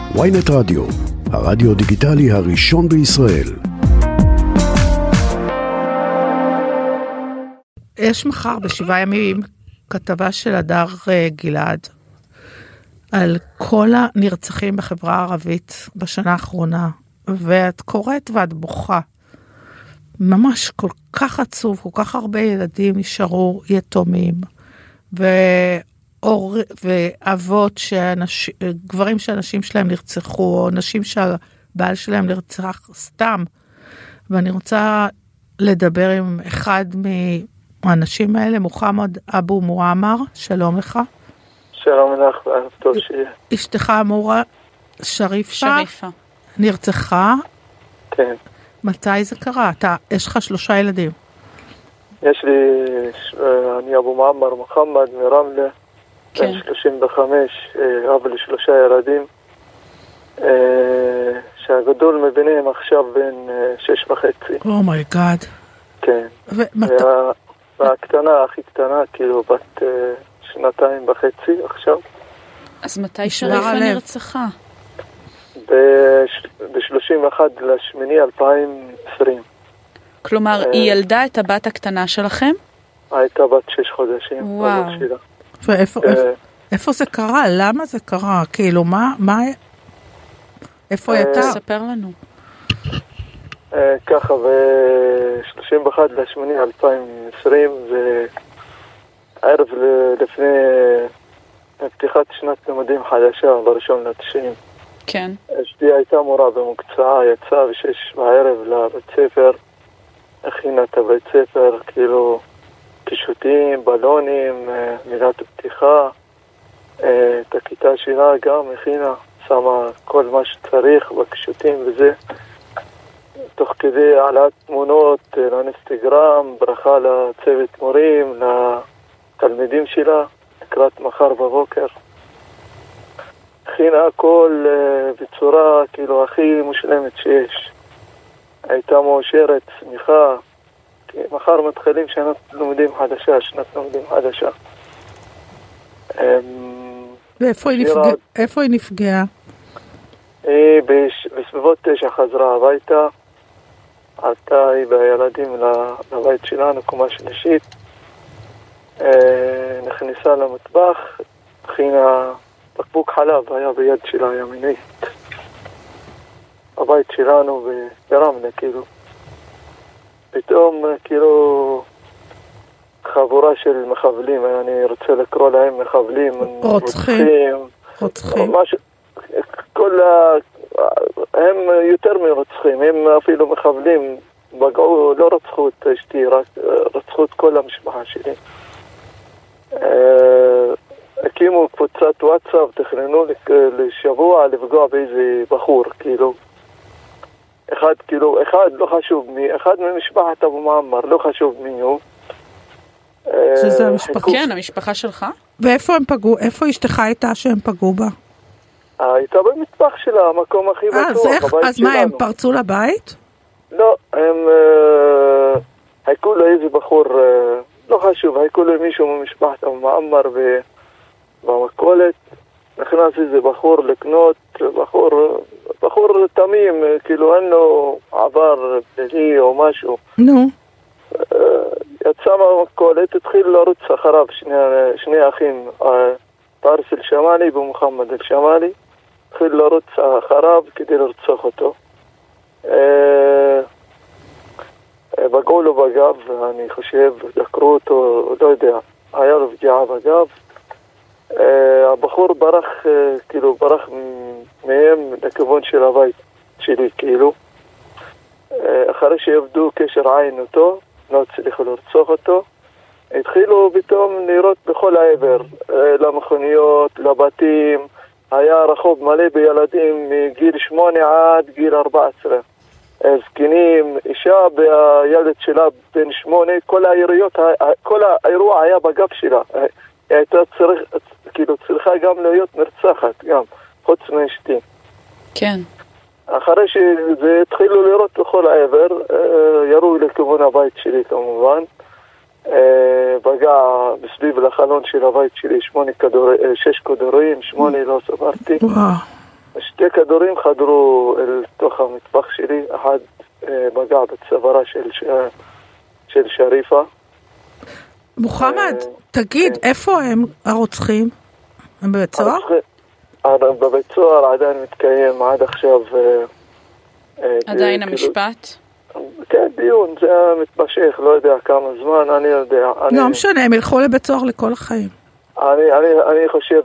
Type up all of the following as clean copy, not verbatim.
ynet רדיו, הרדיו דיגיטלי הראשון בישראל. יש מחר ב7 ימים כתבה של הדר גלעד על כל הנרצחים בחברה הערבית בשנה האחרונה, ואת קוראת ואת בוכה. ממש כל כך עצוב, כל כך הרבה ילדים נשארו יתומים, ואבות, גברים שאנשים שלהם נרצחו, או נשים שהבעל שלהם נרצח סתם. ואני רוצה לדבר עם אחד מהאנשים האלה, מוחמד אבו מועמר. שלום לך. שלום לך, וערב טוב שיהיה. אשתך אמורה שריפה נרצחה. כן. מתי זה קרה? יש לך 3 ילדים. יש לי, אני אבו מועמר מוחמד מרמלה, בן 35, אבא ל3 ילדים, שהגדול מביניהם עכשיו בן 6.5. אומייגאד. כן. והקטנה, הכי קטנה, כאילו בת 2.5 עכשיו. אז מתי שריפה נרצחה? ב-31/8/2020. כלומר, היא ילדה את הבת הקטנה שלכם? הייתה בת 6 חודשים. וואו. ואיפה זה קרה? למה זה קרה? כאילו, מה? איפה הייתה? ספר לנו. ככה, ב-31/8/2020, זה ערב לפני פתיחת שנת לימודים חדשה, ב1/9. כן. אשתי הייתה מורה במקצוע, יצאה ב6 בערב לבית ספר, הכינה את הבית ספר, כאילו קישוטים, בלונים, מילת פתיחה, את הכיתה שלה גם הכינה, שמה כל מה שצריך בקישוטים וזה. תוך כדי העלאת תמונות לאינסטגרם, ברכה לצוות מורים, לתלמידים שלה, לקראת מחר בבוקר. הכינה הכל בצורה כאילו הכי מושלמת שיש. הייתה מאושרת, שמחה, כי מחר מתחילים שנת לימודים חדשה, ואיפה היא נפגעה? היא בסביבות 9 חזרה הביתה, עלתה היא בילדים לבית שלנו, קומה שלישית, נכנסה למטבח, הכינה בקבוק חלב, היה ביד שלה הימינית. הבית שלנו ברמלה, כאילו. פתאום, כאילו, חבורה של מחבלים, אני רוצה לקרוא להם מחבלים. רוצחים. הם יותר מרוצחים, הם אפילו מחבלים, פגעו, לא רצחו את אשתי, רק רצחו את כל המשפחה שלי. הקימו קבוצת וואטסאפ, תכננו לשבוע לפגוע באיזה בחור, כאילו. אחד לא חשוב מי, אחד ממשפחת אבו מועמר, לא חשוב מי הוא. שזה המשפחה? כן, המשפחה שלך. ואיפה הם פגעו? איפה אשתך הייתה שהם פגעו בה? הייתה במטבח שלה, המקום הכי בטוח. אז מה, הם פרצו לבית? לא, הם היכו לאיזה בחור, לא חשוב, היכו למישהו ממשפחת אבו מועמר במכולת, נכנס איזה בחור לקנות, בחור תמים, כאילו אין לו עבר פלילי או משהו. נו. יצא מהמכולת, התחיל לרוץ אחריו שני אחים, פארס אל-שמאלי ומוחמד אל-שמאלי, התחיל לרוץ אחריו כדי לרצוח אותו. פגעו לו בגב, אני חושב, דקרו אותו, לא יודע, היה לו פגיעה בגב. הבחור ברח מהם לכיוון של הבית שלי, כאילו. אחרי שעבדו קשר עין אותו, לא הצליחו לרצוח אותו, התחילו פתאום לירות בכל העבר, למכוניות, לבתים, היה רחוב מלא בילדים מגיל 8 עד גיל 14. זקנים, אישה והילד שלה בן 8, כל האירוע היה בגב שלה. היא הייתה צריכה גם להיות נרצחת, גם, חוץ מאשתי. כן. אחרי שזה התחילו לירות לכל העבר, ירו לכיוון הבית שלי כמובן, פגע בסביב לחלון של הבית שלי 6 כדורים, 8 לא סברתי. 2 כדורים חדרו אל תוך המטבח שלי, אחד פגע בצווארה של שריפה. מוחמד, תגיד, איפה הם הרוצחים? הם בבית סוהר? בבית סוהר עדיין מתקיים עד עכשיו. עדיין המשפט? כן, דיון, זה מתמשך, לא יודע כמה זמן, אני יודע. לא משנה, הם ילכו לבית סוהר לכל החיים. אני חושב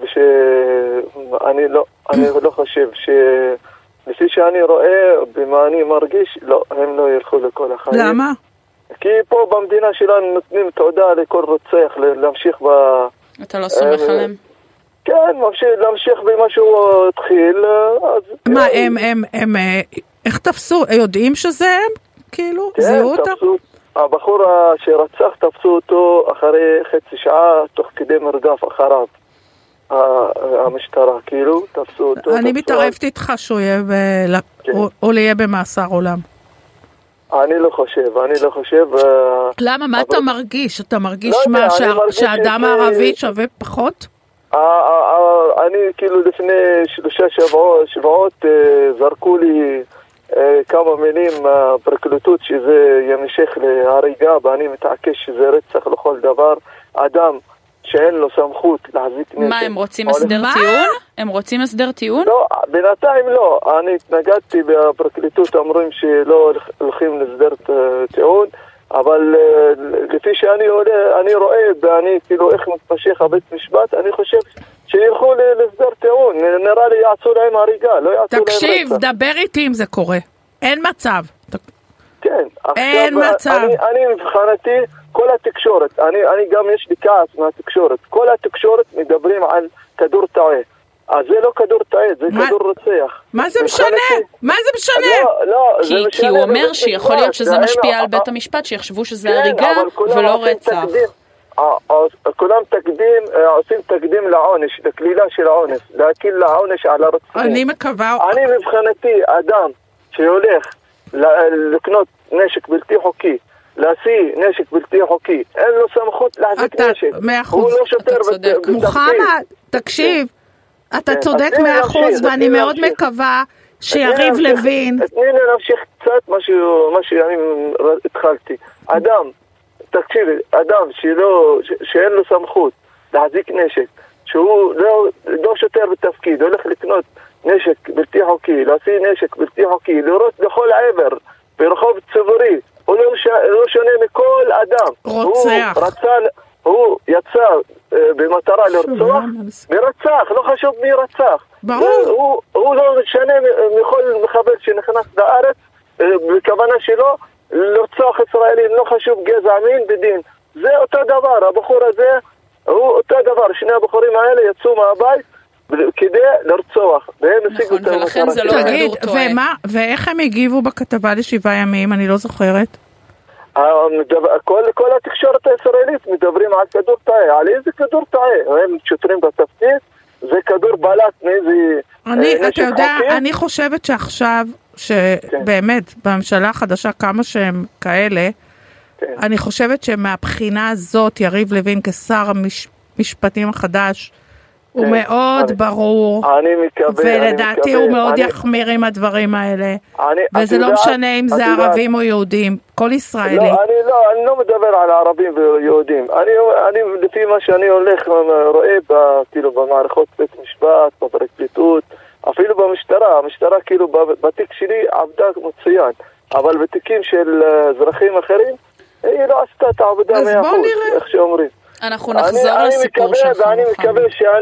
אני לא חושב לפי שאני רואה, במה אני מרגיש, לא, הם לא ילכו לכל החיים. למה? כי פה במדינה שלנו נותנים תעודה לכל רוצח, להמשיך אתה לא סומך עליהם? כן, להמשיך במה שהוא התחיל. מה, הם, איך תפסו? יודעים שזה הם? כאילו, זהו אותם? הבחור שרצח תפסו אותו אחרי חצי שעה, תוך כדי מרדף אחריו. המשטרה, כאילו, תפסו אותו. אני מתערבת איתך שהוא יהיה או יהיה במאסר עולם. אני לא חושב. למה? מה אתה מרגיש? אתה מרגיש מה, שהאדם הערבי שווה פחות? אני כאילו לפני 3 שבועות זרקו לי כמה מילים מהפרקליטות שזה ימשך להריגה, ואני מתעקש שזה רצח לכל דבר. אדם שאין לו סמכות להחזיק נשק. מה, הם רוצים הסדר טיעון? הם רוצים הסדר טיעון? לא, בינתיים לא. אני התנגדתי בפרקליטות, אומרים שלא הולכים להסדר טיעון, אבל לפי שאני רואה, ואני כאילו איך מתמשך הבית משפט, אני חושב שילכו להסדר טיעון. נראה לי יעשו להם הריגה, לא יעשו להם רצח. תקשיב, דבר איתי אם זה קורה. אין מצב. כן. אין מצב. אני מבחינתי, כל התקשורת, אני גם יש לי כעס מהתקשורת, כל התקשורת מדברים על כדור טועה. אז זה לא כדור טועה, זה כדור רוצח. מה זה משנה? מה זה משנה? לא, כי הוא אומר שיכול להיות שזה משפיע על בית המשפט, שיחשבו שזה הריגה ולא רצח. כולם עושים תקדים לעונש, לכלילה של העונש, להטיל לעונש על הרוצחים. אני מקווה... אני מבחינתי, אדם שהולך לקנות נשק בלתי חוקי, להשיא נשק בלתי חוקי, אין לו סמכות להחזיק נשק. הוא לא שוטר בתפקיד. מוחמד, תקשיב, אתה צודק 100%, ואני מאוד מקווה שיריב לוין... תני לי להמשיך קצת מה שאני התחלתי. תקשיב, אדם שאין לו סמכות להחזיק נשק, שהוא לא שוטר בתפקיד, הולך לקנות נשק בלתי חוקי, להשיא נשק בלתי חוקי, לראות לכל עבר ברחוב ציבורי, הוא לא שונה מכל אדם. רוצח. הוא יצא במטרה לרצוח, ורצח, לא חשוב מי רצח. ברור. הוא לא שונה מכל מחבל שנכנס לארץ, בכוונה שלו, לרצוח ישראלים, לא חשוב גזע, מין ודין. זה אותו דבר, הבחור הזה הוא אותו דבר, שני הבחורים האלה יצאו מהבית כדי לרצוח, והם השיגו את ולכן זה לא כדור טועה. ואיך הם הגיבו בכתבה ל7 ימים? אני לא זוכרת. כל התקשורת הישראלית מדברים על כדור טועה. על איזה כדור טועה? הם שוטרים בתפקיד, זה כדור בלט מאיזה אתה יודע, אני חושבת שעכשיו, שבאמת בממשלה החדשה כמה שהם כאלה, אני חושבת שמהבחינה הזאת יריב לוין כשר המשפטים החדש הוא מאוד ברור, ולדעתי הוא מאוד יחמיר עם הדברים האלה, וזה לא משנה אם זה ערבים או יהודים, כל ישראלי. אני לא מדבר על ערבים ויהודים, אני לפי מה שאני הולך רואה במערכות בית משפט, בפרקליטות, אפילו במשטרה, המשטרה כאילו בתיק שלי עבדה מצוין, אבל בתיקים של אזרחים אחרים היא לא עשתה את העבודה 100%, איך שאומרים. אנחנו נחזור לסיפור שלך. ואני מקווה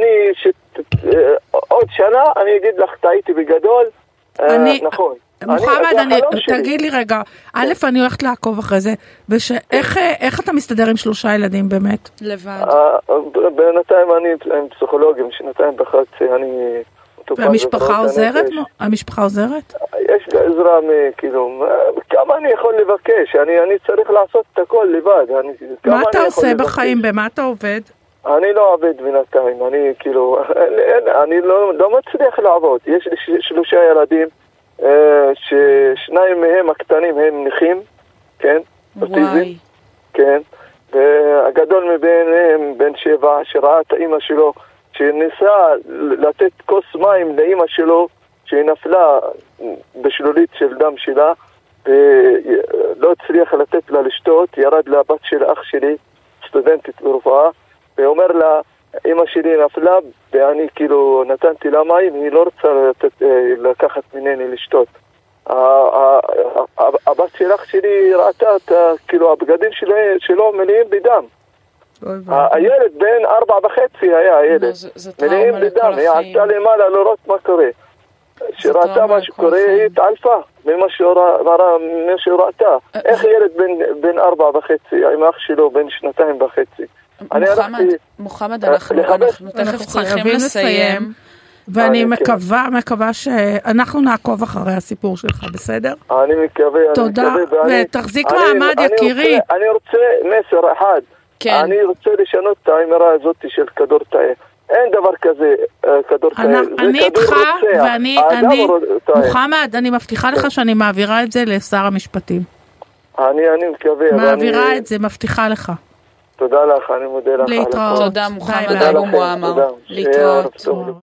עוד שנה אני אגיד לך, טעיתי בגדול, נכון. מוחמד, תגיד לי רגע, א', אני הולכת לעקוב אחרי זה, איך אתה מסתדר עם 3 ילדים באמת? לבד. בינתיים אני עם פסיכולוגים, 2.5 אני... והמשפחה עוזרת? המשפחה עוזרת? יש עזרה כאילו, כמה אני יכול לבקש? אני צריך לעשות את הכל לבד. מה אתה עושה בחיים? במה אתה עובד? אני לא עובד בינתיים, אני כאילו, אני לא מצליח לעבוד. יש לי 3 ילדים, ש2 מהם הקטנים הם נכים, כן? וואי. כן, והגדול מביניהם, בן 7, שראה את האמא שלו, שניסה לתת כוס מים לאמא שלו, שהיא נפלה בשלולית של דם שלה, ולא הצליח לתת לה לשתות, ירד לבת של אח שלי, סטודנטית ברפואה, ואומר לה, אמא שלי נפלה, ואני כאילו נתנתי לה מים, היא לא רוצה לקחת ממני לשתות. הבת של אח שלי ראתה, כאילו הבגדים שלו מלאים בדם. הילד בן 4.5 היה הילד, מלאים בדם, היא עשתה למעלה לראות מה קורה. שראתה מה שקורה, היא התעלפה ממה שהוא ראתה. איך ילד בן 4.5, עם אח שלו בן 2.5. מוחמד, אנחנו תכף צריכים לסיים. ואני מקווה שאנחנו נעקוב אחרי הסיפור שלך, בסדר? אני מקווה. תודה, ותחזיק מעמד יקירי. אני רוצה מסר אחד. אני רוצה לשנות את האמירה הזאת של כדור תאי. אין דבר כזה כדור תאי. אני איתך, ואני, מוחמד, אני מבטיחה לך שאני מעבירה את זה לשר המשפטים. אני מקווה. מעבירה את זה, מבטיחה לך. תודה לך, אני מודה לך. להתראות. תודה, מוחמד אבו מועמר. להתראות.